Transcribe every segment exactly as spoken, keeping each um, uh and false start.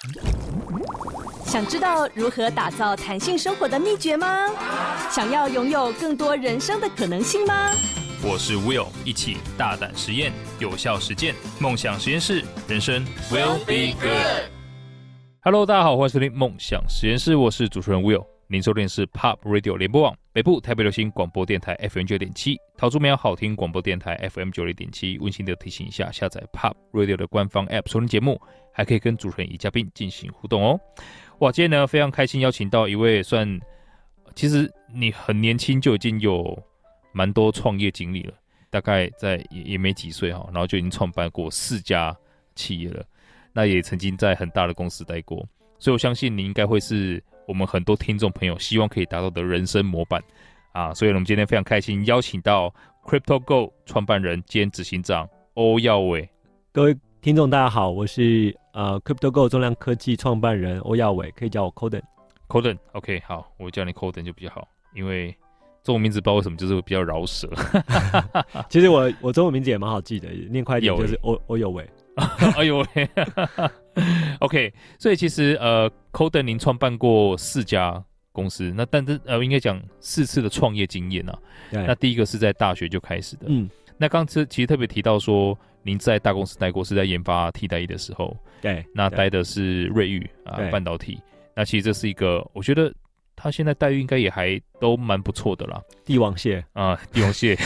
想知道如何打造弹性生活的秘诀吗？想要拥有更多人生的可能性吗？ 我是 Will， 一起大胆实验，有效实践，梦想实验室，人生 will be good。Hello， 大家好，欢迎收听梦想实验室，我是主持人 Will。您收听的是 Pop Radio 联播网北部台北流行广播电台 F M 九点七，桃竹苗好听广播电台 F M 九零点七。温馨的提醒一下，下载 Pop Radio 的官方 App 收听节目，还可以跟主持人与嘉宾进行互动哦。哇，今天呢非常开心邀请到一位算，其实你很年轻就已经有蛮多创业经历了，大概在 也, 也没几岁哈，然后就已经创办过四家企业了，那也曾经在很大的公司待过，所以我相信你应该会是我们很多听众朋友希望可以达到的人生模板啊！所以我们今天非常开心邀请到 CryptoGo 创办人兼执行长欧耀伟。 各位听众大家好，我是呃 CryptoGo 重量科技创办人欧耀伟，可以叫我 Coden。Coden OK 好，我叫你 Coden 就比较好，因为中文名字不知道为什么就是比较饶舌。 其实我我中文名字也蛮好记的，念快一点就是欧欧耀伟。 哎呦喂，OK， 所以其实呃 ，Coden 您创办过四家公司，那但是呃，应该讲四次的创业经验啊。那第一个是在大学就开始的，嗯，那刚才其实特别提到说，您在大公司待过，是在研发替代役的时候， 对， 那待的是瑞昱啊半导体，那其实这是一个，我觉得他现在待遇应该也还都蛮不错的啦， 帝王蟹啊，帝王蟹，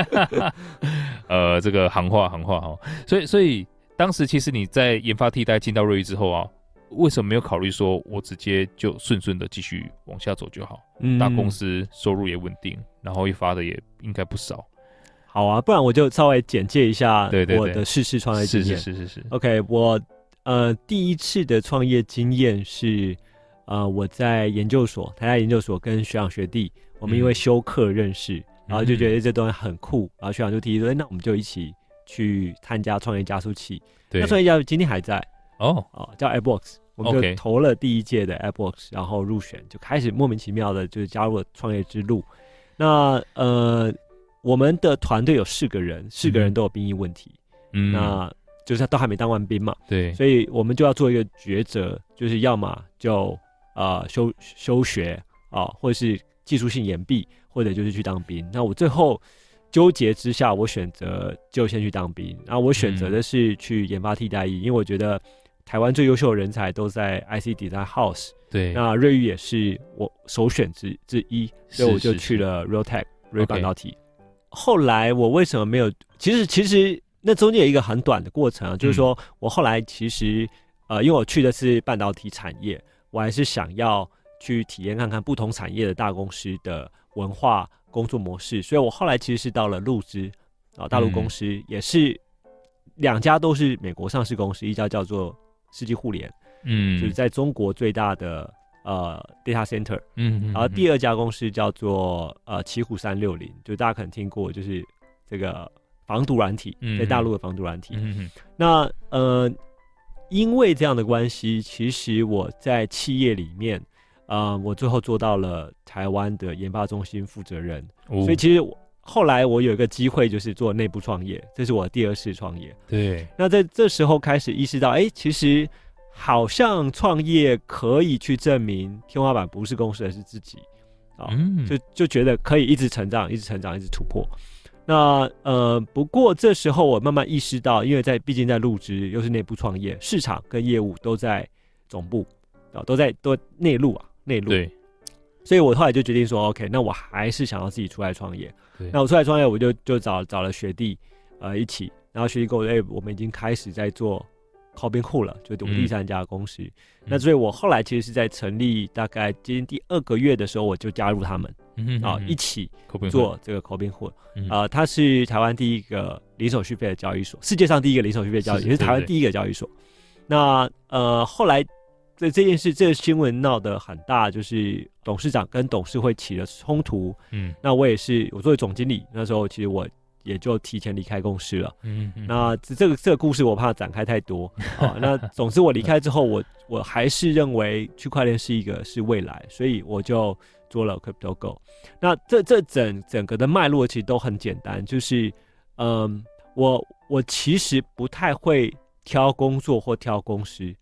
呃，这个行话行话哈，所以所以。当时其实你在研发替代进到瑞昱之后啊，为什么没有考虑说我直接就顺顺的继续往下走就好？嗯，大公司收入也稳定，然后一发的也应该不少。 好啊，不然我就稍微简介一下我的世事创业经验。 是是是是是。 OK， 我呃第一次的创业经验是呃我在研究所，台大研究所跟学长学弟，我们因为修课认识，嗯、然后就觉得这东西很酷，然后学长就提议说，那我们就一起去参加创业加速器，那创业加速器今天还在哦，哦叫 AppWorks， 我们就投了第一届的 AppWorks， 然后入选，就开始莫名其妙的就加入了创业之路。那呃，我们的团队有四个人，四个人都有兵役问题，嗯，那就是都还没当完兵嘛， 对， 所以我们就要做一个抉择，就是要么就呃休休学啊、呃，或者是技术性延毕，或者就是去当兵。那我最后纠结之下，我选择就先去当兵，然後我选择的是去研发替代役，嗯、因为我觉得台湾最优秀的人才都在 I C Design House， 对， 那瑞昱也是我首选之之一，所以我就去了 Realtek 瑞半导体。后来我为什么没有？其实其实那中间有一个很短的过程啊，就是说我后来其实呃，因为我去的是半导体产业，我还是想要去体验看看不同产业的大公司的文化工作模式，所以我后来其实是到了陆资啊，大陆公司、嗯、也是两家都是美国上市公司，一家叫做世纪互联，嗯，就是在中国最大的呃 data center， 嗯, 嗯, 嗯，然后第二家公司叫做呃奇虎三六零，就大家可能听过，就是这个防毒软体，在大陆的防毒软体。嗯嗯，那呃，因为这样的关系，其实我在企业里面。呃，我最后做到了台湾的研发中心负责人，哦、所以其实后来我有一个机会，就是做内部创业，这是我第二次创业。 对， 那在这时候开始意识到，哎，其实好像创业可以去证明天花板不是公司，而是自己啊、嗯，就就觉得可以一直成长，一直成长，一直突破。那呃，不过这时候我慢慢意识到，因为在毕竟在入职又是内部创业，市场跟业务都在总部啊，都在都内陆啊。内陆， 对， 所以我后来就决定说 ，OK， 那我还是想要自己出来创业。那我出来创业，我就就找找了学弟，呃，一起，然后学弟跟我说，哎、欸，我们已经开始在做 Robinhood 了，就是我第三家公司。嗯、那所以我后来其实是在成立大概今天第二个月的时候，我就加入他们，嗯啊、呃，一起做这个 Robinhood。啊、呃，它是台湾第一个零手续费的交易所，世界上第一个零手续费交易所，也是台湾第一个交易所。那呃，后来。这这件事，这个新闻闹得很大，就是董事长跟董事会起了冲突。嗯，那我也是，我作为总经理，那时候其实我也就提前离开公司了。嗯, 嗯那这个这个故事我怕展开太多啊。那总之我离开之后，我我还是认为区块链是一个是未来，所以我就做了 CryptoGo。那这这整整个的脉络其实都很简单，就是嗯，我我其实不太会挑工作或挑公司。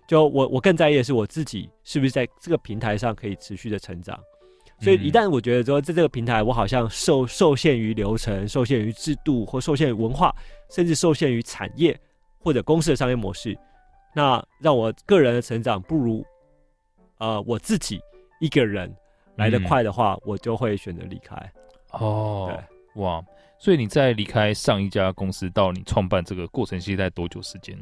就我我更在意的是我自己是不是在这个平台上可以持续的成长。所以一旦我觉得说在这个平台我好像受受限于流程、受限于制度或受限于文化，甚至受限于产业或者公司的商业模式，那让我个人的成长不如呃我自己一个人来得快的话，嗯、我就会选择离开。 哦，对，哇！所以你在离开上一家公司到你创办这个过程，其实大概多久时间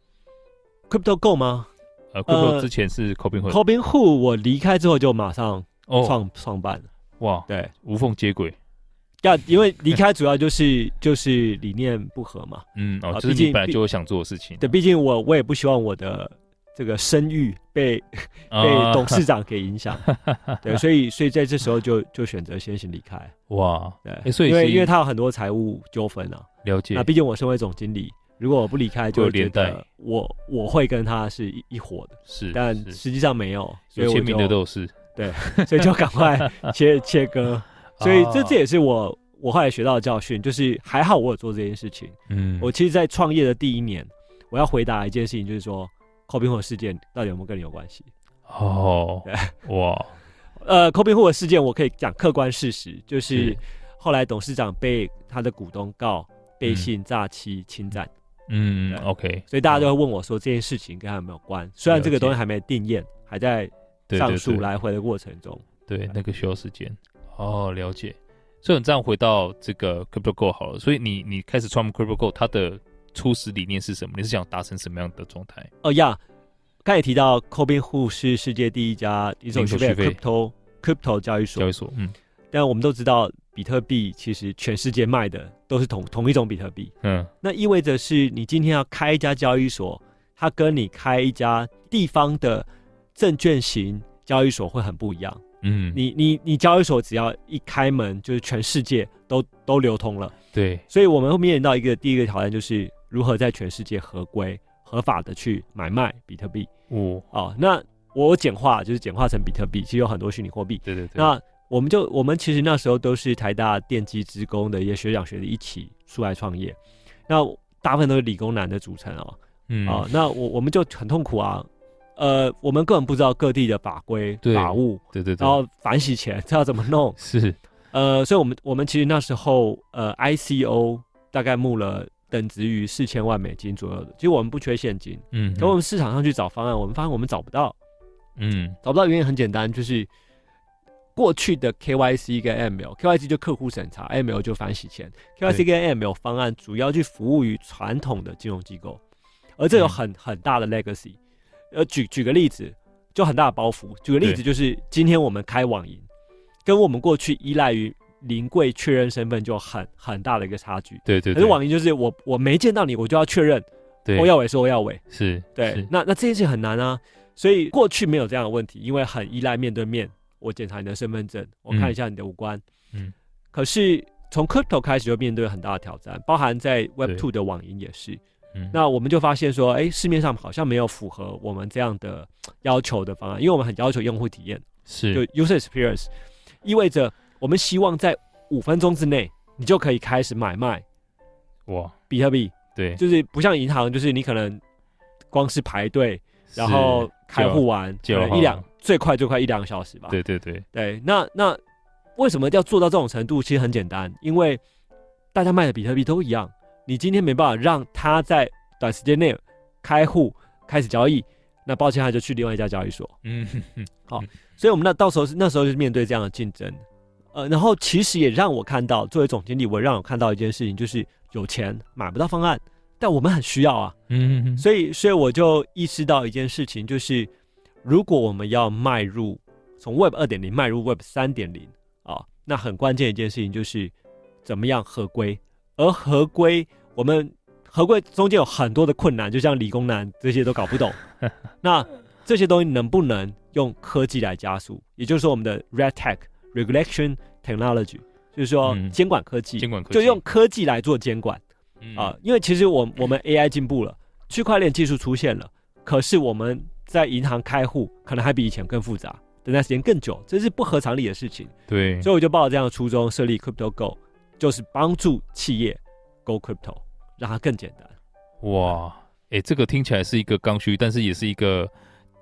？CryptoGo 吗？ 呃 ，Crypto 之前是 Cobinhood。Cobinhood 我离开之后就马上创、哦、创办了。 哇， 对， 无缝接轨。 要因为离开主要就是就是理念不合嘛。 嗯，哦，这、呃、是你本来就有想做的事情。 对，毕竟我我也不希望我的这个声誉被、啊、被董事长给影响。对，所以所以在这时候就就选择先行离开。 哇， 对，欸、所以因为因为他有很多财务纠纷啊。 了解。 那毕竟我身为总经理，如果我不离开，就觉得我我会跟他是一一伙的。 是， 但实际上没有，所以有签名的都是。 对，所以就赶快切切割。所以这这也是我我后来学到的教训，就是还好我有做这件事情。嗯，我其实，在创业的第一年，我要回答一件事情，就是说 Cobinhood 事件到底有没有跟你有关系？ 哦，对，哇， 呃 ，Cobinhood 事件我可以讲客观事实，就是后来董事长被他的股东告背信、诈欺、侵占。 嗯 ，OK， 所以大家都会问我说这件事情跟他有没有关？虽然这个东西还没定验，还在上诉来回的过程中。 对，对，对，那个需要时间。哦，了解。所以你这样回到这个 CryptoGo 好了，所以你你开始创 CryptoGo， 它的初始理念是什么？你是想达成什么样的状态？ 哦呀，刚才也提到 Cobinhood 是世界第一家零手续费 Crypto Crypto 交易所。 交易所，嗯。 但我们都知道，比特币其实全世界卖的都是同同一种比特币。嗯。那意味着是你今天要开一家交易所，它跟你开一家地方的证券型交易所会很不一样。嗯，你你你交易所只要一开门，就是全世界都都流通了。 对， 所以我们会面临到一个第一个挑战，就是如何在全世界合规、合法的去买卖比特币。哦，哦，那我简化就是简化成比特币，其实有很多虚拟货币。 对对对。 那我们就我们其实那时候都是台大电机职工的一些学长学弟一起出来创业，那大部分都是理工男的组成哦。嗯啊、哦，那我我们就很痛苦啊。呃，我们根本不知道各地的法规、法务， 对对对， 然后反洗钱，这要怎么弄？ 是， 呃，所以我们我们其实那时候呃 I C O 大概募了等值于四千万美金左右的，其实我们不缺现金，嗯，可我们市场上去找方案，我们发现我们找不到，嗯，找不到原因很简单，就是过去的 K Y C 跟 M L，K Y C 就客户审查 ，M L 就反洗钱 ，K Y C 跟 M L 方案主要去服务于传统的金融机构，而这有很、嗯、很大的 legacy。呃，举举个例子，就很大的包袱。举个例子，就是今天我们开网银，跟我们过去依赖于临柜确认身份就很很大的一个差距。 对 对, 对。 可是网银就是我我没见到你，我就要确认。 对。 欧耀伟是欧耀伟。 是。 对。 是那那这件事很难啊，所以过去没有这样的问题，因为很依赖面对面，我检查你的身份证，我看一下你的五官。嗯。可是从 Crypto 开始就面对很大的挑战，包含在 Web 二 的网银也是。那我们就发现说，哎、欸，市面上好像没有符合我们这样的要求的方案，因为我们很要求用户体验， 是就 user experience， 意味着我们希望在五分钟之内，你就可以开始买卖， 哇， 比特币， 对， 就是不像银行，就是你可能光是排队，然后开户完，一两最快最快一两个小时吧， 对对对对，那那为什么要做到这种程度？其实很简单，因为大家卖的比特币都一样。你今天没办法让他在短时间内开户开始交易，那抱歉他就去另外一家交易所。嗯，好，所以我们那到时候是那时候就是面对这样的竞争，呃，然后其实也让我看到，作为总经理，我让我看到一件事情，就是有钱买不到方案，但我们很需要啊。嗯，所以所以我就意识到一件事情，就是如果我们要迈入从 Web 二点零 迈入 Web 三点零啊，那很关键的一件事情就是怎么样合规。而合规，我们合规中间有很多的困难，就像理工男这些都搞不懂。那这些东西能不能用科技来加速？也就是说，我们的 Red Tech、Regulation Technology， 就是说监管科技， 监管科技就用科技来做监管啊、嗯呃。因为其实我我们 A I 进步了，区块链技术出现了，可是我们在银行开户可能还比以前更复杂，等待时间更久，这是不合常理的事情。 对， 所以我就抱着这样的初衷设立 CryptoGo。就是帮助企业 Go Crypto， 让它更简单。 哇，哎、欸，这个听起来是一个刚需，但是也是一个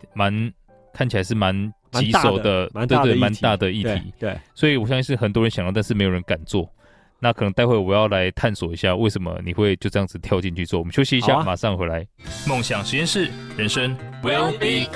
蛮看起来是蛮棘手的， 蛮对对， 蛮大的议题。 对，对所以我相信是很多人想到，但是没有人敢做。那可能待会我要来探索一下，为什么你会就这样子跳进去做。我们休息一下，啊、马上回来。梦想实验室，人生 will be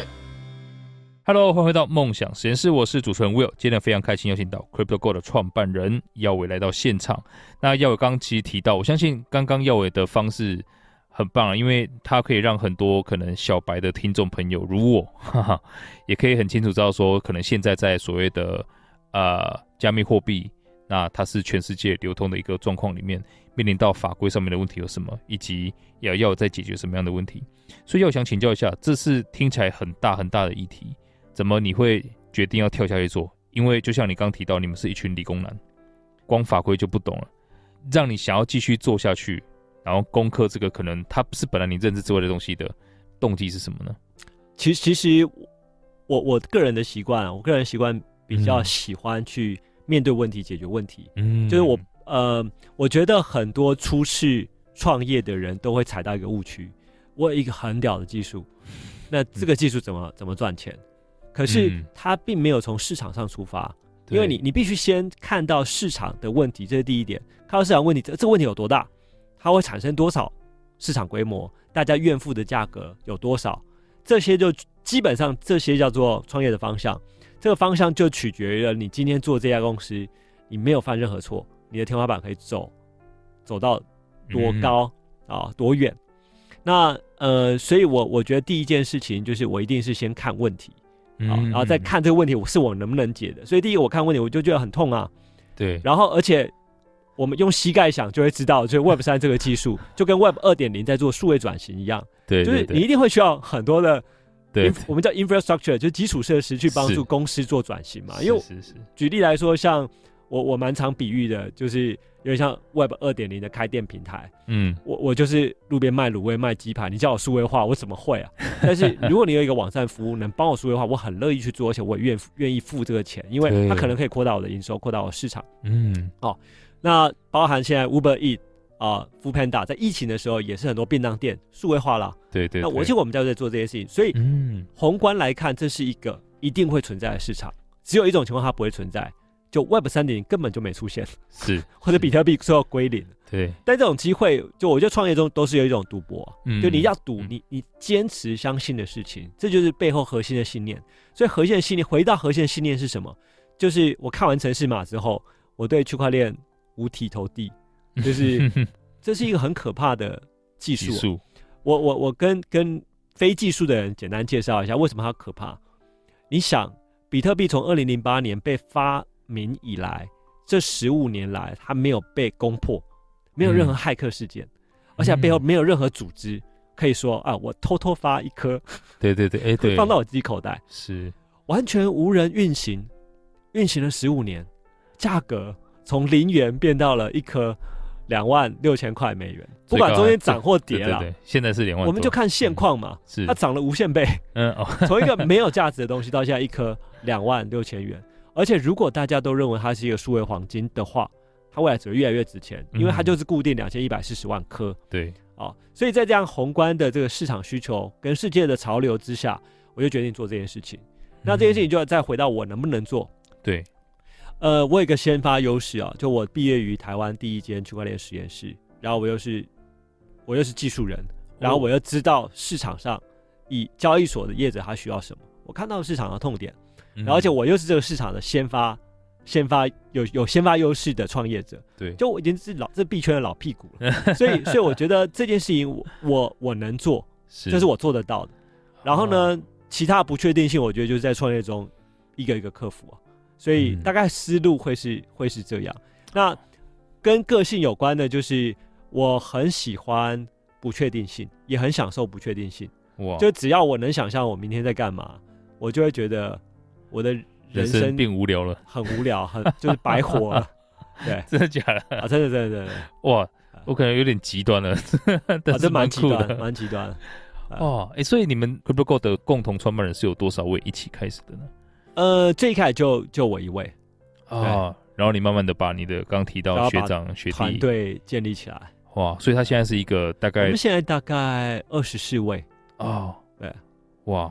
good。Hello， 欢迎回到梦想实验室，我是主持人 Will。今天非常开心邀请到 CryptoGo 的创办人耀伟来到现场。那耀伟刚刚其实提到，我相信刚刚耀伟的方式很棒啊，因为他可以让很多可能小白的听众朋友如我，哈哈，也可以很清楚知道说，可能现在在所谓的呃加密货币。那它是全世界流通的一个状况里面，面临到法规上面的问题有什么，以及也要在解决什么样的问题。所以要想请教一下，这是听起来很大很大的议题，怎么你会决定要跳下去做？因为就像你刚提到，你们是一群理工男，光法规就不懂了，让你想要继续做下去，然后攻克这个可能它不是本来你认知之外的东西的动机是什么呢？ 其实，其实我我个人的习惯，我个人习惯比较喜欢去面对问题、解决问题。嗯，就是我呃，我觉得很多初次创业的人都会踩到一个误区。我有一个很屌的技术，那这个技术怎么、嗯、怎么赚钱？可是它并没有从市场上出发，嗯、因为你你必须先看到市场的问题，这是第一点。看到市场问题，这这个问题有多大？它会产生多少市场规模？大家愿付的价格有多少？这些就基本上这些叫做创业的方向。这个方向就取决于了你今天做这家公司，你没有犯任何错，你的天花板可以走走到多高、嗯、啊，多远？那呃，所以我我觉得第一件事情就是我一定是先看问题，嗯、啊，然后再看这个问题我是我能不能解的。所以第一个我看问题我就觉得很痛啊， 对。 然后而且我们用膝盖想就会知道，就是 Web 三 这个技术就跟 Web 二点零 在做数位转型一样， 对， 就是你一定会需要很多的。对，我们叫 infrastructure， 就是基础设施去帮助公司做转型嘛。因为举例来说，像我我蛮常比喻的，就是有点像 Web 二点零 的开店平台。嗯，我我就是路边卖卤味、卖鸡排，你叫我数位化，我怎么会啊？但是如果你有一个网站服务能帮我数位化，我很乐意去做，而且我也愿愿意付这个钱，因为它可能可以扩大我的营收，扩大我的市场。嗯，哦，那包含现在 Uber Eats。啊、呃、，Foodpanda 在疫情的时候也是很多便当店数位化了， 对 对, 对。 那我其实我们家在做这些事情，所以嗯，宏观来看，这是一个一定会存在的市场。只有一种情况它不会存在，就 Web 三点零 根本就没出现， 是或者比特币最后归零。 对。 但这种机会，就我觉得创业中都是有一种赌博，嗯、就你要赌，你你坚持相信的事情，这就是背后核心的信念。所以核心的信念，回到核心的信念是什么？就是我看完程式码之后，我对区块链五体投地。就是这是一个很可怕的技术、啊。技术我我我跟跟非技术的人简单介绍一下为什么它可怕。你想，比特币从二零零八年被发明以来，这十五年来它没有被攻破，没有任何骇客事件，嗯、而且背后没有任何组织可以说啊，我偷偷发一颗， 对对对，哎对， 放到我自己口袋， 是完全无人运行，运行了十五年，价格从零元变到了一颗。两万六千块美元，不管中间涨或跌啦， 对对对，现在是两万多。 我们就看现况嘛，嗯、它涨了无限倍。嗯，哦、从一个没有价值的东西到现在一颗两万六千元，而且如果大家都认为它是一个数位黄金的话，它未来只会越来越值钱，因为它就是固定两千一百四十万颗。 对， 哦，所以在这样宏观的这个市场需求跟世界的潮流之下，我就决定做这件事情。那这件事情就要再回到我能不能做。 对。 呃，我有一个先发优势啊，就我毕业于台湾第一间区块链实验室，然后我又是我又是技术人，然后我又知道市场上以交易所的业者他需要什么，我看到市场的痛点，然后而且我又是这个市场的先发先发有有先发优势的创业者， 对， 就我已经是老这币圈的老屁股了，所以所以我觉得这件事情我我我能做，是这是我做得到的。然后呢，哦、其他不确定性，我觉得就是在创业中一个一个克服啊。所以大概思路会是、嗯、会是这样。那跟个性有关的，就是我很喜欢不确定性，也很享受不确定性。哇！就只要我能想象我明天在干嘛，我就会觉得我的人生变无聊了， 很无聊，很就是白活了。对， 真的假的？ 啊，真的真的真的。 哇，我可能有点极端了，但是蛮酷的， 蛮极端。 哇，哎、欸，所以你们 CryptoGo 的共同创办人是有多少位一起开始的呢？ 呃，最一开始就就我一位啊，然后你慢慢的把你的刚提到学长学弟团队建立起来， 哇，所以他现在是一个大概我们现在大概二十四位哦，对，哇，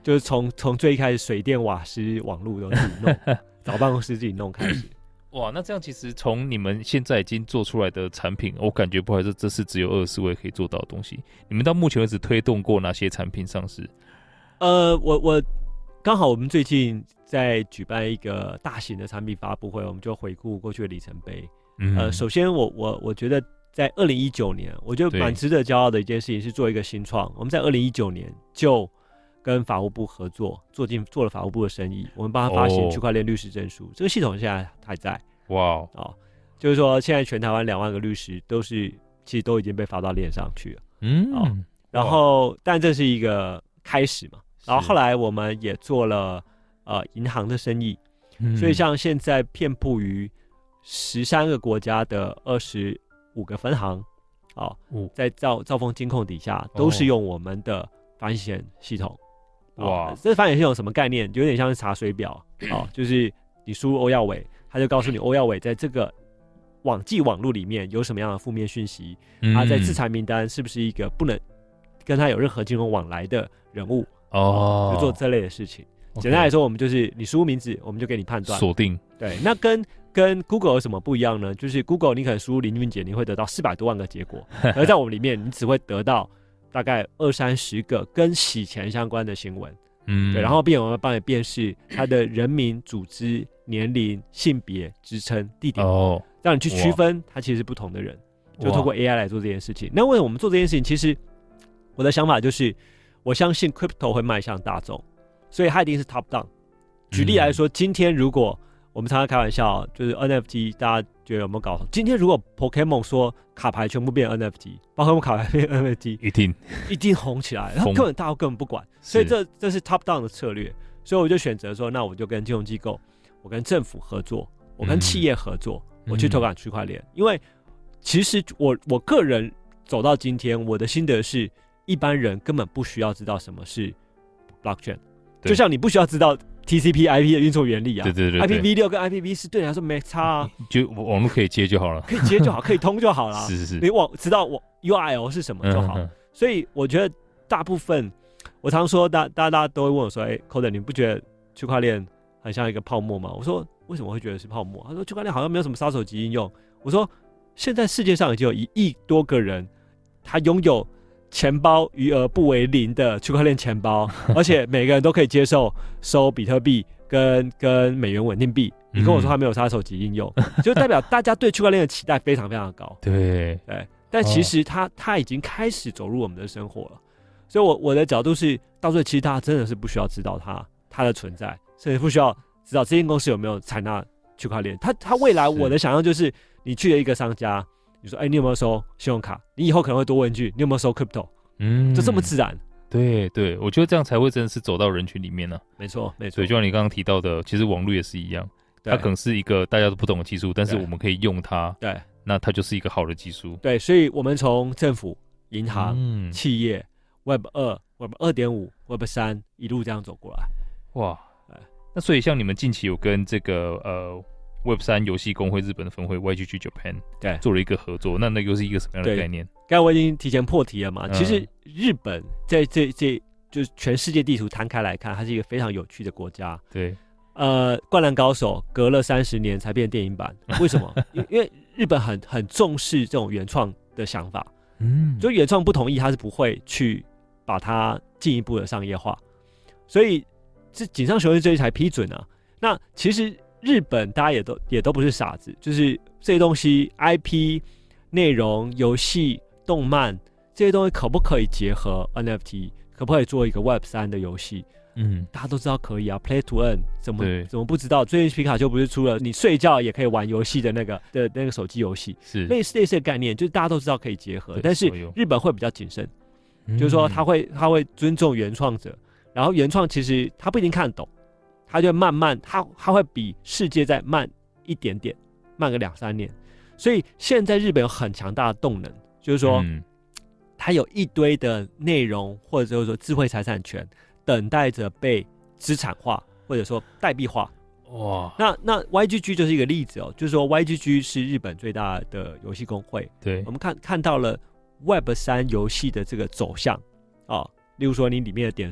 就是从从最一开始水电瓦斯网路都自己弄，找办公室自己弄开始。 哇，那这样其实从你们现在已经做出来的产品，我感觉不好意思，这是只有二十四位可以做到的东西。你们到目前为止推动过哪些产品上市？ 呃，我我刚好我们最近在举办一个大型的产品发布会，我们就回顾过去的里程碑。嗯、呃，首先我我我觉得在二零一九年，我觉得蛮值得骄傲的一件事情是做一个新创。我们在二零一九年就跟法务部合作，做进做了法务部的生意，我们帮他发行区块链律师证书，哦、这个系统现在还在。哇哦，就是说现在全台湾两万个律师都是其实都已经被发到链上去了。嗯，哦、然后但这是一个开始嘛。然后后来我们也做了呃银行的生意，嗯、所以像现在遍布于十三个国家的二十五个分行，哦，哦在兆兆丰金控底下都是用我们的反洗系统。哇，哦，这反洗系统什么概念？有点像是查水表哦，就是你输入欧耀伟，他就告诉你欧耀伟在这个网际网路里面有什么样的负面讯息，嗯、他在制裁名单是不是一个不能跟他有任何金融往来的人物。哦，就做这类的事情。Okay. 简单来说，我们就是你输入名字，我们就给你判断锁定。 对，那跟跟 Google 有什么不一样呢？就是 Google 你可能输入林俊杰，你会得到四百多万个结果，而在我们里面，你只会得到大概二三十个跟洗钱相关的新闻。嗯，对，然后并我们帮你辨识他的人名、组织、年龄、性别、职称、地点，哦，让你去区分他其实是不同的人。就透过 A I 来做这件事情。那为什么我们做这件事情？其实我的想法就是。我相信 crypto 会迈向大众，所以它一定是 top down。举例来说，嗯、今天如果我们常常开玩笑，就是 N F T， 大家觉得有没有搞头？今天如果 Pokemon 说卡牌全部变 N F T， 包括卡牌变 N F T， 一定一定红起来，然后根本大家根本不管，所以这这是 top down 的策略。所以我就选择说，那我就跟金融机构，我跟政府合作，我跟企业合作，嗯、我去投稿区块链。因为其实我我个人走到今天，我的心得是。一般人根本不需要知道什么是 blockchain， 就像你不需要知道 T C P/I P 的运作原理啊。对对对对 I P v 六 跟 I P v 四对你来说没差啊， 就網絡可以接就好了， 可以接就好，可以通就好了。 是是是， 你網知道我 U R L 是什么就好。嗯、所以我觉得大部分，我常说大大家都会问我说：“哎、欸、，Coden， 你不觉得区块链很像一个泡沫吗？”我说：“为什么会觉得是泡沫？”他说：“区块链好像没有什么杀手级应用。”我说：“现在世界上已经有一亿多个人，他拥有。”钱包余额不为零的区块链钱包，而且每个人都可以接受收比特币跟跟美元稳定币。你跟我说它没有杀手级应用，嗯、就代表大家对区块链的期待非常非常高。 对对，但其实它、哦、它已经开始走入我们的生活了。所以我我的角度是，到最后其实大家真的是不需要知道它它的存在，甚至不需要知道这间公司有没有采纳区块链。它它未来我的想象就是，你去了一个商家。你说，哎、欸，你有没有收信用卡？你以后可能会多问一句，你有没有收 crypto？ 嗯，就这么自然。 对对，我觉得这样才会真的是走到人群里面呢、啊。 没错，没错。 对，就像你刚刚提到的，其实网络也是一样，它可能是一个大家都不懂的技术，但是我们可以用它。对，那它就是一个好的技术。 对，所以我们从政府、银行、嗯、企业、Web 二、Web 二点五、Web 三一路这样走过来。哇， 那所以像你们近期有跟这个呃。Web 三游戏公会日本的分会 Y G G Japan 对做了一个合作，那那又是一个什么样的概念？ 刚才我已经提前破题了嘛。嗯、其实日本在这这就是全世界地图摊开来看，它是一个非常有趣的国家。对，呃，灌篮高手隔了三十年才变电影版，为什么？因为日本很很重视这种原创的想法，嗯，就原创不同意，他是不会去把它进一步的商业化，所以这井上雄彦这一才批准啊。那其实。日本大家也都也都不是傻子，就是这些东西 I P 内容、游戏、动漫这些东西可不可以结合 N F T， 可不可以做一个 Web 三的游戏？嗯，大家都知道可以啊 ，Play to Earn 怎么怎么不知道？最近皮卡丘不是出了你睡觉也可以玩游戏的那个的那个手机游戏，是类似类似的概念，就是大家都知道可以结合，但是日本会比较谨慎，嗯、就是说他会他会尊重原创者，然后原创其实他不一定看得懂。他就慢慢，他他会比世界再慢一点点，慢个两三年。所以现在日本有很强大的动能，就是说，嗯、它有一堆的内容或者就是说智慧财产权等待着被资产化或者说代币化。哇，那那 Y G G 就是一个例子哦，就是说 Y G G 是日本最大的游戏公会。对，我们看看到了 Web 三游戏的这个走向啊、哦，例如说你里面的点数。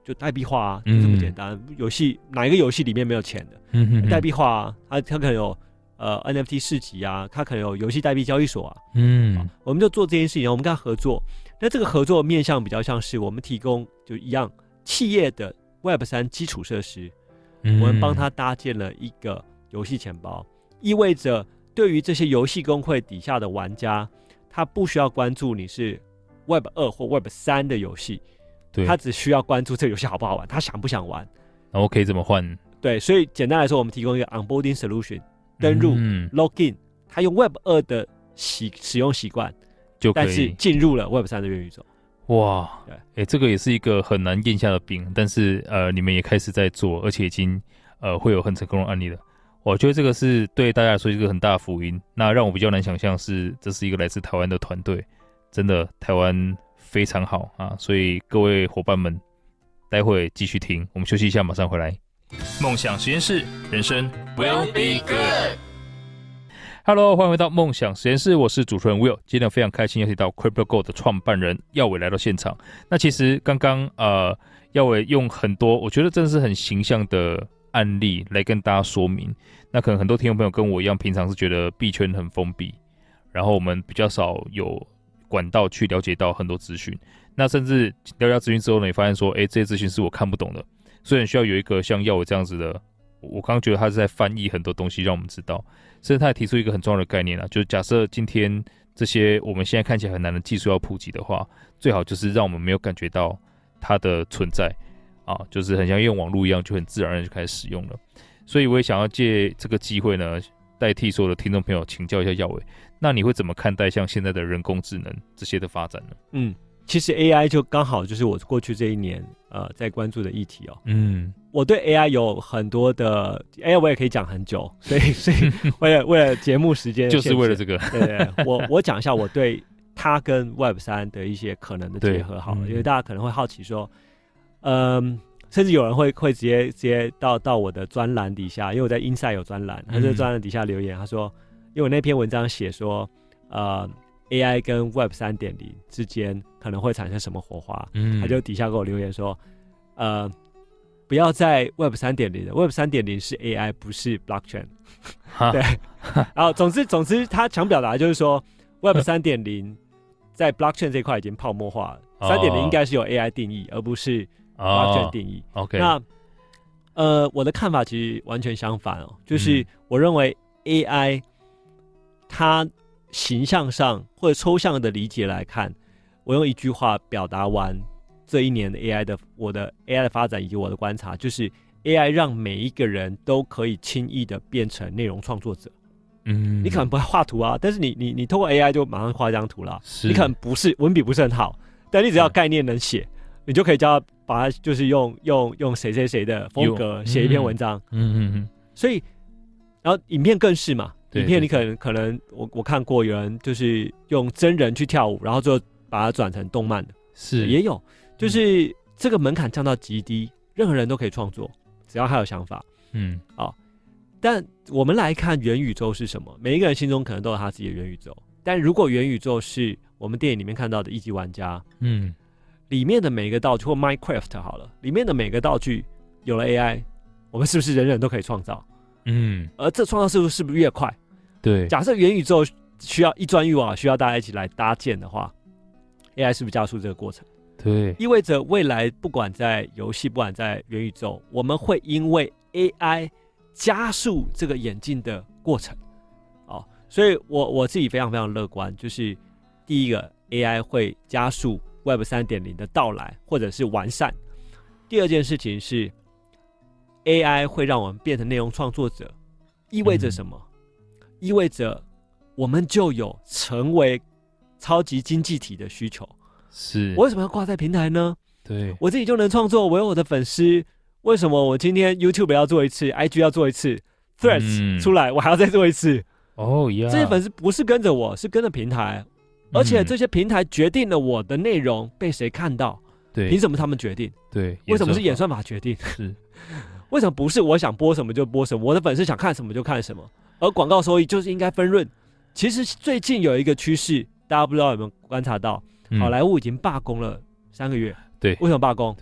就代币化啊，就这么简单。游戏哪一个游戏里面没有钱的？嗯哼哼，代币化啊，它它可能有呃 N F T 市集啊，它可能有游戏代币交易所啊。嗯，我们就做这件事情，我们跟他合作。那这个合作面向比较像是我们提供就一样企业的 Web 三 基础设施，嗯、我们帮他搭建了一个游戏钱包，意味着对于这些游戏公会底下的玩家，他不需要关注你是 Web 二 或 Web 三的游戏，他只需要关注这个游戏好不好玩，他想不想玩， 然后可以怎么换。对， 所以简单来说，我们提供一个 onboarding solution， 登入、嗯、login， 他用 Web 二 的习使用习惯。就可以，但是进入了 Web 三 的元宇宙。 哇，哎、欸，这个也是一个很难咽下的病，但是呃，你们也开始在做，而且已经呃会有很成功的案例了。我觉得这个是对大家来说一个很大的福音。那让我比较难想象是，这是一个来自台湾的团队，真的台湾非常好啊！所以各位伙伴们，待会继续听，我们休息一下，马上回来。梦想实验室，人生 will be good。Hello， 欢迎回到梦想实验室，我是主持人 Will。今天非常开心邀请到 CryptoGo 的创办人耀伟来到现场。那其实刚刚呃，耀伟用很多我觉得真的是很形象的案例来跟大家说明。那可能很多听众朋友跟我一样，平常是觉得币圈很封闭，然后我们比较少有管道去了解到很多资讯。那甚至了解到资讯之后呢，你发现说，哎，这些资讯是我看不懂的，所以需要有一个像耀伟这样子的。我刚刚觉得他是在翻译很多东西，让我们知道。甚至他也提出一个很重要的概念啊，就是假设今天这些我们现在看起来很难的技术要普及的话，最好就是让我们没有感觉到它的存在啊，就是很像用网络一样，就很自然而然就开始使用了。所以我也想要借这个机会呢，代替所有的听众朋友请教一下耀伟，那你会怎么看待像现在的人工智能这些的发展呢？嗯。 其实 A I 就刚好就是我过去这一年呃在关注的议题哦。嗯，我对 A I 有很多的 A I 我也可以讲很久，所以所以为了为了节目时间就是为了这个， 对对对，我我讲一下我对它跟 Web 三 的一些可能的结合好了，因为大家可能会好奇说，嗯，甚至有人会会直接直接到到我的专栏底下，因为我在 Inside 有专栏，他在专栏底下留言，他说，因为我那篇文章写说，呃。A I 跟 Web 三点零 之间可能会产生什么火花？嗯，他就底下给我留言说，呃，不要在 Web 三点零 的 Web 三点零 是 A I 不是 Blockchain。对，然后总之总之他想表达就是说 Web 三点零 在 Blockchain 这块已经泡沫化了，哦、三点零 应该是由 A I 定义，而不是 Blockchain 定义。 哦、OK， 那呃我的看法其实完全相反哦，就是我认为 A I 它形象上或者抽象的理解来看，我用一句话表达完这一年的 A I 的我的 A I 的发展以及我的观察，就是 A I 让每一个人都可以轻易的变成内容创作者。嗯，你可能不会画图啊，但是你你你透过 A I 就马上画一张图了。你可能不是文笔不是很好，但你只要概念能写，你就可以叫他把它就是用用用谁谁谁的风格写一篇文章。嗯嗯嗯。所以，然后影片更是嘛。影片你可能可能我我看过有人就是用真人去跳舞，然后就把它转成动漫的， 是也有，就是这个门槛降到极低，任何人都可以创作，只要他有想法。嗯，好、哦，但我们来看元宇宙是什么？每一个人心中可能都有他自己的元宇宙，但如果元宇宙是我们电影里面看到的一级玩家，嗯，里面的每个道具或 Minecraft 好了，里面的每个道具有了 A I， 我们是不是人人都可以创造？嗯，而这创造速度是不是越快？ 对， 假设元宇宙需要一砖一瓦，需要大家一起来搭建的话 ，A I 是不是加速这个过程？ 对， 意味着未来不管在游戏，不管在元宇宙，我们会因为 A I 加速这个演进的过程。哦，所以我我自己非常非常乐观，就是第一个 A I 会加速 Web 三点零 的到来或者是完善。第二件事情是 A I 会让我们变成内容创作者，意味着什么？嗯，意味着我们就有成为超级经济体的需求。 是， 我为什么要挂在平台呢？ 对， 我自己就能创作，我有我的粉丝，为什么我今天 YouTube 要做一次 ，I G 要做一次 ，Threads 出来、嗯、我还要再做一次？ 哦呀， 这些粉丝不是跟着我，是跟着平台，而且这些平台决定了我的内容被谁看到。 对， 凭什么他们决定？ 对， 为什么是演算法决定？ 是， 为什么不是我想播什么就播什么？我的粉丝想看什么就看什么？而广告收益就是应该分润。其实最近有一个趋势，大家不知道有没有观察到，好莱坞已经罢工了三个月。 对， 为什么罢工？ 对，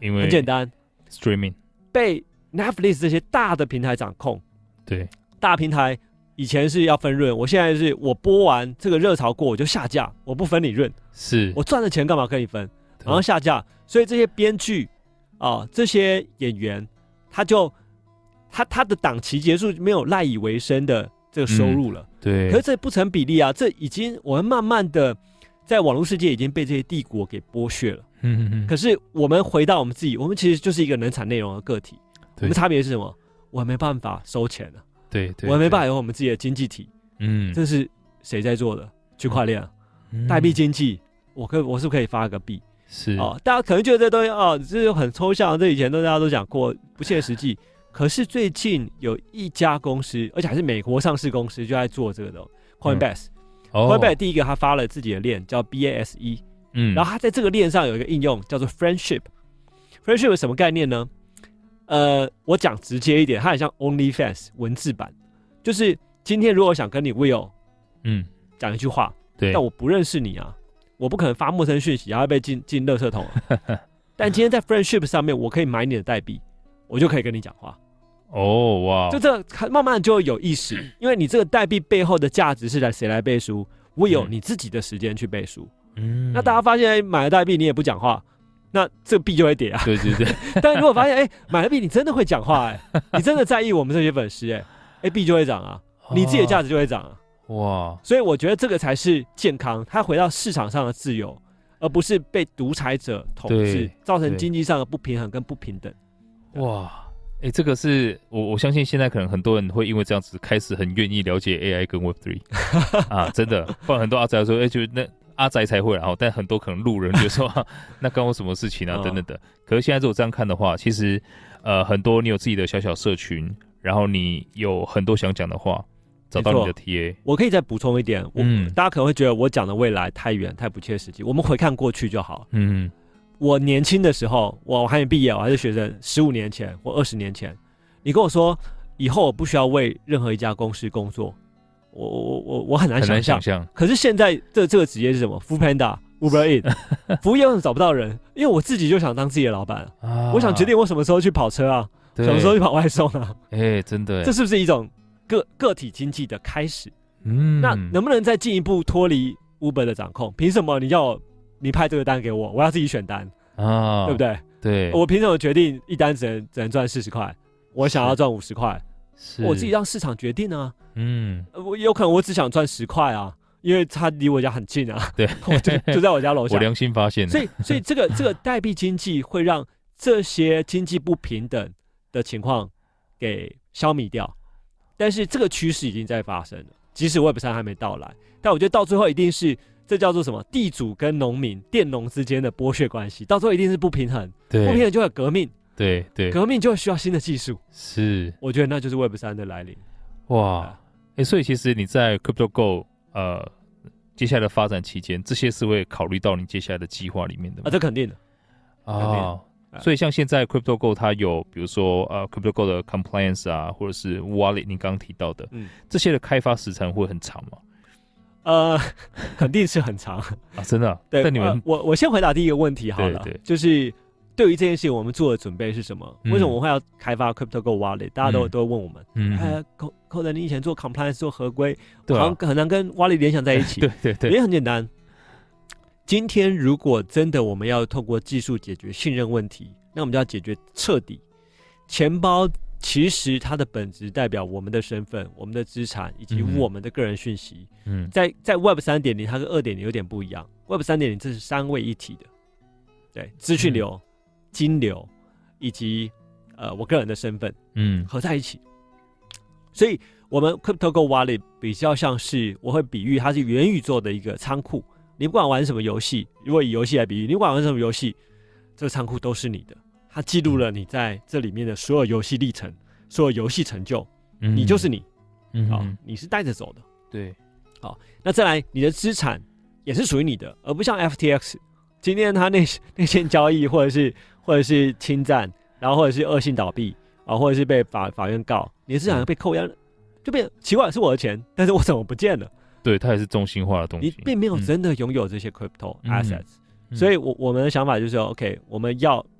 因为很简单 ，streaming 被 Netflix 这些大的平台掌控。 对， 大平台以前是要分润，我现在是我播完这个热潮过我就下架，我不分你润， 是我赚的钱干嘛跟你分？然后下架，所以这些编剧啊，这些演员，他就他他的档期结束没有赖以为生的这个收入了。 嗯、对， 可是这不成比例啊，这已经我们慢慢的在网络世界已经被这些帝国给剥削了。 嗯嗯嗯。 可是我们回到我们自己，我们其实就是一个能产内容的个体。我们差别是什么？我没办法收钱了。 对 对, 对， 我没办法有我们自己的经济体。 嗯， 这是谁在做的？区块链、 嗯、 代币经济，我可我是不是可以发个币？ 是哦，大家可能觉得这东西哦，这就很抽象，这以前都大家都讲过，不切实际。可是最近有一家公司，而且还是美国上市公司，就在做这个的 Coinbase。嗯、Coinbase 第一个他发了自己的链叫 B A S E， 嗯，然后他在这个链上有一个应用叫做 Friendship。Friendship 什么概念呢？呃，我讲直接一点，它很像 OnlyFans 文字版，就是今天如果我想跟你 Will， 嗯，讲一句话，对，但我不认识你啊。我不可能发陌生讯息，然后被进进垃圾桶。但今天在 Friendship 上面，我可以买你的代币，我就可以跟你讲话。 哦，哇！ 就这慢慢就有意识，因为你这个代币背后的价值是来谁来背书？我有你自己的时间去背书。嗯，那大家发现、欸、买了代币你也不讲话，那这个币就会跌啊。 对对对。 但如果发现哎、欸，买了币你真的会讲话、欸，哎，你真的在意我们这些粉丝、欸，哎，哎，币就会涨啊，你自己的价值就会涨啊。哇，所以我觉得这个才是健康，它回到市场上的自由，而不是被独裁者统治，造成经济上的不平衡跟不平等。 哇，哎、欸，这个是我我相信现在可能很多人会因为这样子开始很愿意了解 A I 跟 Web 三 啊，真的，不然很多阿宅说，哎、欸，就那阿宅才会，然后但很多可能路人就说、啊、那关我什么事情啊，等等的。可是现在如果这样看的话，其实呃很多你有自己的小小社群，然后你有很多想讲的话。找到你的 T A， 我可以再补充一点，我、嗯、大家可能会觉得我讲的未来太远太不切实际，我们回看过去就好。嗯，我年轻的时候，我还没毕业，我还是学生，十五年前或二十年前，你跟我说以后我不需要为任何一家公司工作，我我我我很难想象。很难想象。可是现在这这个职业是什么 ？Foodpanda、Uber Eats， 服务业为什么找不到人？因为我自己就想当自己的老板、啊，我想决定我什么时候去跑车啊，什么时候去跑外送啊。 哎、欸，真的， 这是不是一种？个个体经济的开始，嗯，那能不能再进一步脱离 Uber 的掌控？凭什么你叫我你派这个单给我，我要自己选单啊？对不对？ 对， 我凭什么决定一单只能只能赚四十块？我想要赚五十块，我自己让市场决定啊。嗯，我有可能我只想赚十块啊，因为它离我家很近啊。 对， 我就就在我家楼下。 我良心发现， 所以所以这个这个代币经济会让这些经济不平等的情况给消弭掉。但是这个趋势已经在发生了，即使 Web 三 还没到来，但我觉得到最后一定是这叫做什么？地主跟农民、佃农之间的剥削关系，到最后一定是不平衡，不平衡就会有革命， 对对， 革命就会需要新的技术， 是， 我觉得那就是 Web 三 的来临。 哇，哎、欸，所以其实你在 CryptoGo 呃接下来的发展期间，这些是会考虑到你接下来的计划里面的吗？ 啊，这肯定的啊。肯定的所以像现在 CryptoGo 它有比如说呃 CryptoGo 的 compliance 啊，或者是 wallet 你刚刚提到的、嗯、这些的开发时程会很长吗？ 呃，肯定是很长啊，真的、啊。 对， 但你们、 呃、我我先回答第一个问题好了，对对，就是对于这件事情我们做的准备是什么？嗯、为什么我们会要开发 CryptoGo wallet？ 大家都、嗯、都会问我们，嗯，哎 ，Coden 你以前做 compliance 做合规，好像很难跟 wallet 联想在一起。 对对对， 也很简单。今天如果真的我们要透过技术解决信任问题，那我们就要解决彻底。钱包其实它的本质代表我们的身份、我们的资产以及我们的个人讯息。嗯，在在 Web 三点零 它跟二点零有点不一样。Web 三点零 这是三位一体的，对，资讯流、嗯、金流以及呃我个人的身份，嗯，合在一起。所以我们 CryptoGo Wallet 比较像是，我会比喻它是元宇宙的一个仓库。你不管玩什么游戏，如果以游戏来比喻，你不管玩什么游戏，这个仓库都是你的，它记录了你在这里面的所有游戏历程、所有游戏成就，嗯、你就是你，嗯、哦，你是带着走的。 对， 好，那再来，你的资产也是属于你的，而不像 F T X， 今天它内内线交易或者是或者是侵占，然后或者是恶性倒闭啊、哦，或者是被法法院告，你的资产被扣押，就变奇怪，是我的钱，但是我怎么不见了？ 对，它也是中心化的东西， 你并没有真的拥有这些 crypto assets，、嗯、所以我我们的想法就是说 ，OK， 我们要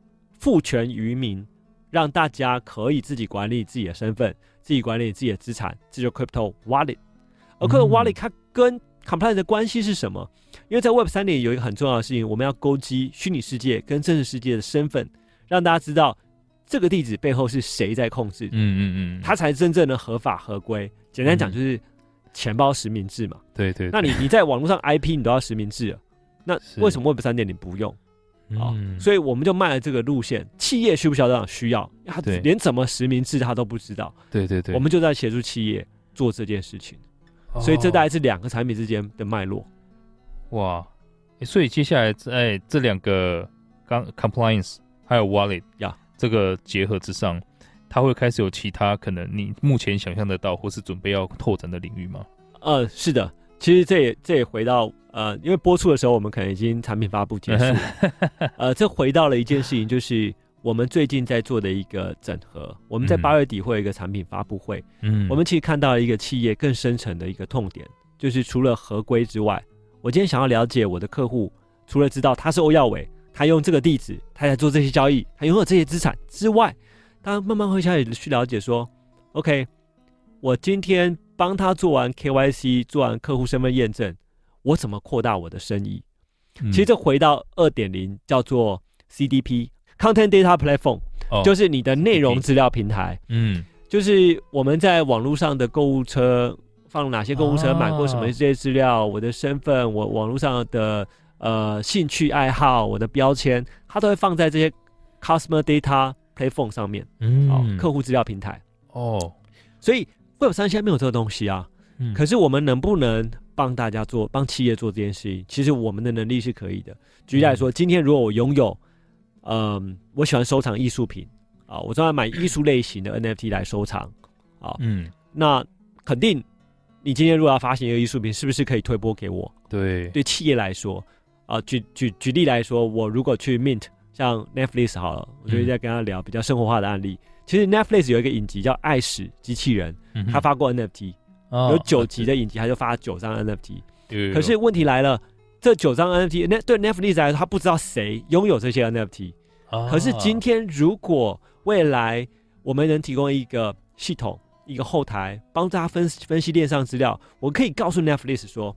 赋权于民，让大家可以自己管理自己的身份，自己管理自己的资产，这就是 crypto wallet。而 crypto wallet 它跟 compliance 的关系是什么？因为在 Web 三点零 有一个很重要的事情，我们要勾稽虚拟世界跟真实世界的身份，让大家知道这个地址背后是谁在控制，嗯嗯嗯，它才真正的合法合规。简单讲就是钱包实名制嘛。 对 对, 对。 那你你在网络上 I P 你都要实名制了，那为什么 Web 三点零 不用？哦、嗯，所以我们就卖了这个路线。企业需不需要这样？需要，他连怎么实名制他都不知道。对对对，我们就在协助企业做这件事情。哦、所以这大概是两个产品之间的脉络。 哇，所以接下来在这两个刚 compliance 还有 wallet 呀、yeah. 这个结合之上，它会开始有其他可能你目前想象得到或是准备要拓展的领域吗？ 呃，是的，其实这也这也回到呃，因为播出的时候我们可能已经产品发布结束了，呃，这回到了一件事情，就是我们最近在做的一个整合。我们在八月底会有一个产品发布会，嗯，我们其实看到了一个企业更深层的一个痛点，就是除了合规之外，我今天想要了解我的客户，除了知道他是欧耀伟，他用这个地址，他在做这些交易，他拥有这些资产之外，他慢慢会开始去了解说 ，OK， 我今天帮他做完 K Y C， 做完客户身份验证，我怎么扩大我的生意？嗯、其实这回到 二点零 叫做 C D P。Content Data Platform、oh, 就是你的内容资料平台，嗯，就是我们在网络上的购物车放哪些购物车，买过什么这些资料，我的身份，我网络上的呃兴趣爱好，我的标签，它都会放在这些 Customer Data Platform 上面，嗯，哦、客户资料平台哦。所以 Web 三现在没有这个东西啊，嗯，可是我们能不能帮大家做，帮企业做这件事情？其实我们的能力是可以的。举例来说，嗯、今天如果我拥有嗯，我喜欢收藏艺术品啊，我专门买艺术类型的 N F T 来收藏啊。嗯，那肯定，你今天如果要发行一个艺术品，是不是可以推播给我？对，对企业来说啊，举举举例来说，我如果去 Mint， 像 Netflix 好了，我就在跟他聊比较生活化的案例。嗯、其实 Netflix 有一个影集叫《爱史机器人》，嗯、他发过 N F T，、哦、有九集的影集，他就发九张 N F T。可是问题来了。这九张 N F T 对 Netflix 来说，他不知道谁拥有这些 N F T、啊。可是今天，如果未来我们能提供一个系统、一个后台，帮大家分分析链上资料，我可以告诉 Netflix 说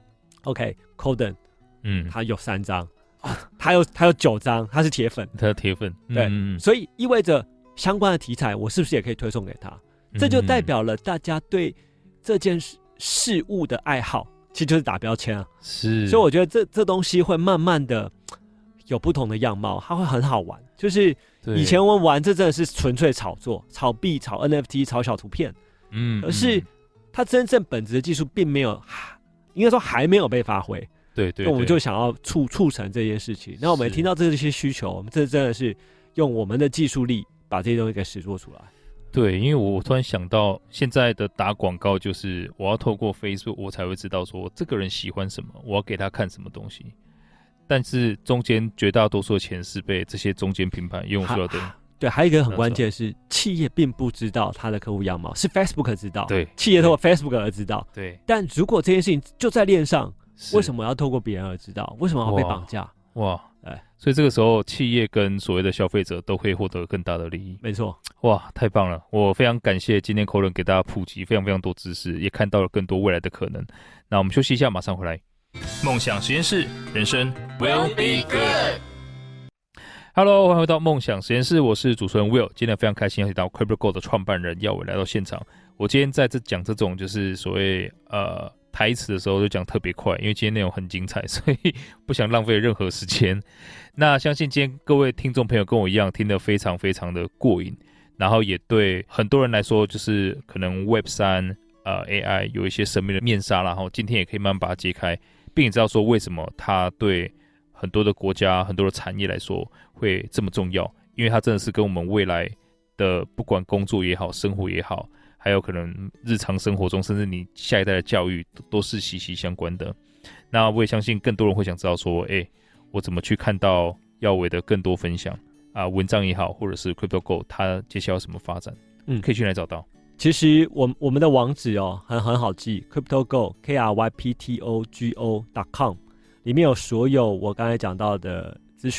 ，OK，Coden， 嗯，他有三张，啊、他有他有九张，他是铁粉， 他是铁粉， 对，嗯、所以意味着相关的题材，我是不是也可以推送给他？嗯、这就代表了大家对这件事物的爱好。其实就是打标签啊，是，所以我觉得这这东西会慢慢的有不同的样貌，它会很好玩。就是以前我们玩这真的是纯粹炒作、炒币、炒 N F T、炒小图片，嗯，可是它真正本质的技术并没有，应该说还没有被发挥。对 对, 对，我们就想要促促成这件事情。那我们也听到这些需求，我们这真的是用我们的技术力把这些东西给实作出来。 对，因为我突然想到，现在的打广告就是我要透过 Facebook， 我才会知道说这个人喜欢什么，我要给他看什么东西。但是中间绝大多数的钱是被这些中间品牌用出来的。 对，还有一个很关键的是，企业并不知道他的客户样貌，是 Facebook 知道。对，企业透过 Facebook 而知道。对，但如果这件事情就在链上，为什么要透过别人而知道？为什么要被绑架？哇！ 哎，所以这个时候，企业跟所谓的消费者都可以获得更大的利益。 没错， 哇，太棒了！我非常感谢今天Coden给大家普及非常非常多知识，也看到了更多未来的可能。那我们休息一下，马上回来。梦想实验室，人生 will be good。Hello， 欢迎回到梦想实验室，我是主持人 Will。今天非常开心邀请到 CryptoGo 的创办人耀伟来到现场。我今天在这讲这种就是所谓呃。台词的时候就讲特别快，因为今天内容很精彩，所以不想浪费任何时间。那相信今天各位听众朋友跟我一样听得非常非常的过瘾，然后也对很多人来说就是可能 Web 三、呃、A I 有一些神秘的面纱，然后今天也可以慢慢把它揭开，并且知道说为什么它对很多的国家很多的产业来说会这么重要，因为它真的是跟我们未来的不管工作也好生活也好，还有可能日常生活中，甚至你下一代的教育 都, 都是息息相关的。那我也相信更多人会想知道说，哎，我怎么去看到耀伟的更多分享啊，文章也好，或者是 CryptoGo 它接下来有什么发展，嗯，可以去哪里找到？ 其实我我们的网址哦，很很好记 ，CryptoGo K R Y P T O G O dot com 里面有所有我刚才讲到的资讯，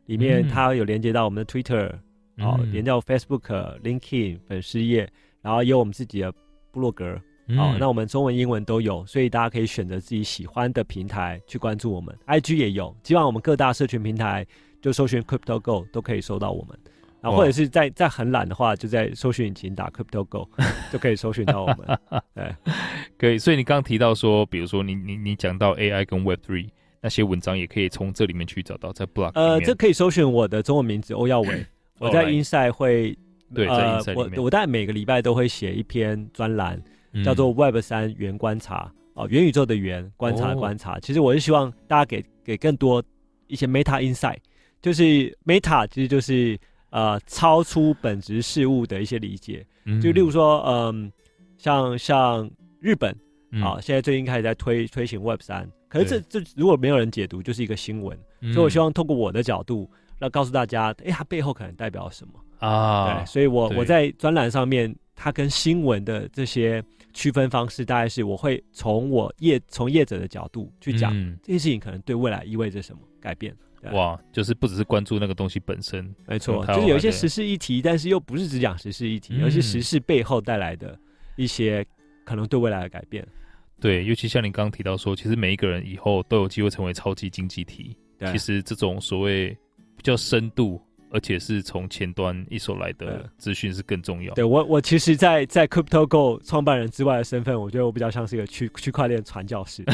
里面嗯它有连接到我们的 Twitter，、哦， 嗯连到 Facebook、LinkedIn 粉丝页，然后也有我们自己的部落格。 嗯哦，那我们中文、英文都有，所以大家可以选择自己喜欢的平台去关注我们。I G 也有，基本上我们各大社群平台就搜寻 CryptoGo 都可以搜到我们。然后或者是在在很懒的话，就在搜寻引擎打 CryptoGo 就可以搜寻到我们。对， 可以。所以你刚刚提到说，比如说你你你讲到 A I 跟 Web 三 那些文章，也可以从这里面去找到，在 blog 里面。 呃，这可以搜寻我的中文名字欧耀伟，我在 Inside 会， 对，在 Inside 里面， 我我大概每个礼拜都会写一篇专栏。 嗯、 叫做 Web 三 元观察哦，元宇宙的元，观察的观察。哦、其实我是希望大家给给更多一些 Meta Insight， 就是 Meta 其实就是呃超出本质事物的一些理解。嗯、就例如说，嗯，像像日本啊、嗯，现在最近开始在推推行 Web 三，可是这这如果没有人解读，就是一个新闻。嗯、所以我希望透过我的角度，来告诉大家，哎，它背后可能代表什么啊？对，所以我我在专栏上面。它跟新闻的这些区分方式，大概是我会从我业从业者的角度去讲、嗯、这件事情可能对未来意味着什么改变。 哇，就是不只是关注那个东西本身， 没错，就是有一些时事议题，但是又不是只讲时事议题，嗯、而是时事背后带来的一些可能对未来的改变。 对，尤其像你刚刚提到说，其实每一个人以后都有机会成为超级经济体。其实这种所谓比较深度。而且是从前端一手来的资讯是更重要。 对我，我其实在，在在 CryptoGo 创办人之外的身份，我觉得我比较像是一个区区块链传教士。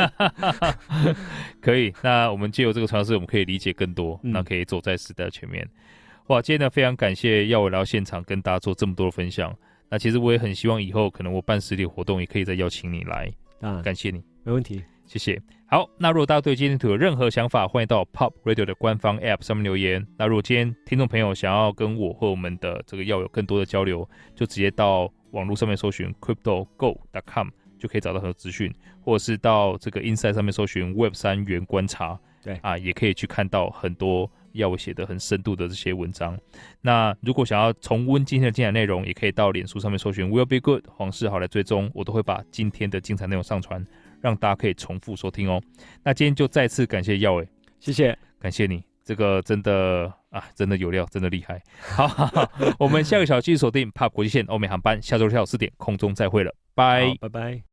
可以，那我们借由这个传教士，我们可以理解更多，嗯、那可以走在时代的前面。哇，今天呢非常感谢耀伟来到现场跟大家做这么多的分享。那其实我也很希望以后可能我办实体活动，也可以再邀请你来。 啊， 感谢你， 没问题。 谢谢。好，那如果大家对今天有任何想法，欢迎到 Pop Radio 的官方 App 上面留言。那如果今天听众朋友想要跟我或我们的这个要有更多的交流，就直接到网络上面搜寻 crypto go dot com 就可以找到很多资讯，或者是到这个 Inside 上面搜寻 Web 三 元观察， 对啊，也可以去看到很多要我写的很深度的这些文章。那如果想要重温今天的精彩内容，也可以到脸书上面搜寻 Will Be Good 黄世豪来追踪，我都会把今天的精彩内容上传，让大家可以重复收听哦。那今天就再次感谢耀伟， 谢谢， 感谢你，这个真的啊，真的有料，真的厉害。好，好好我们下个小时继续锁定 Pop 国际线欧美航班，下周六下午四点空中再会了，拜拜拜。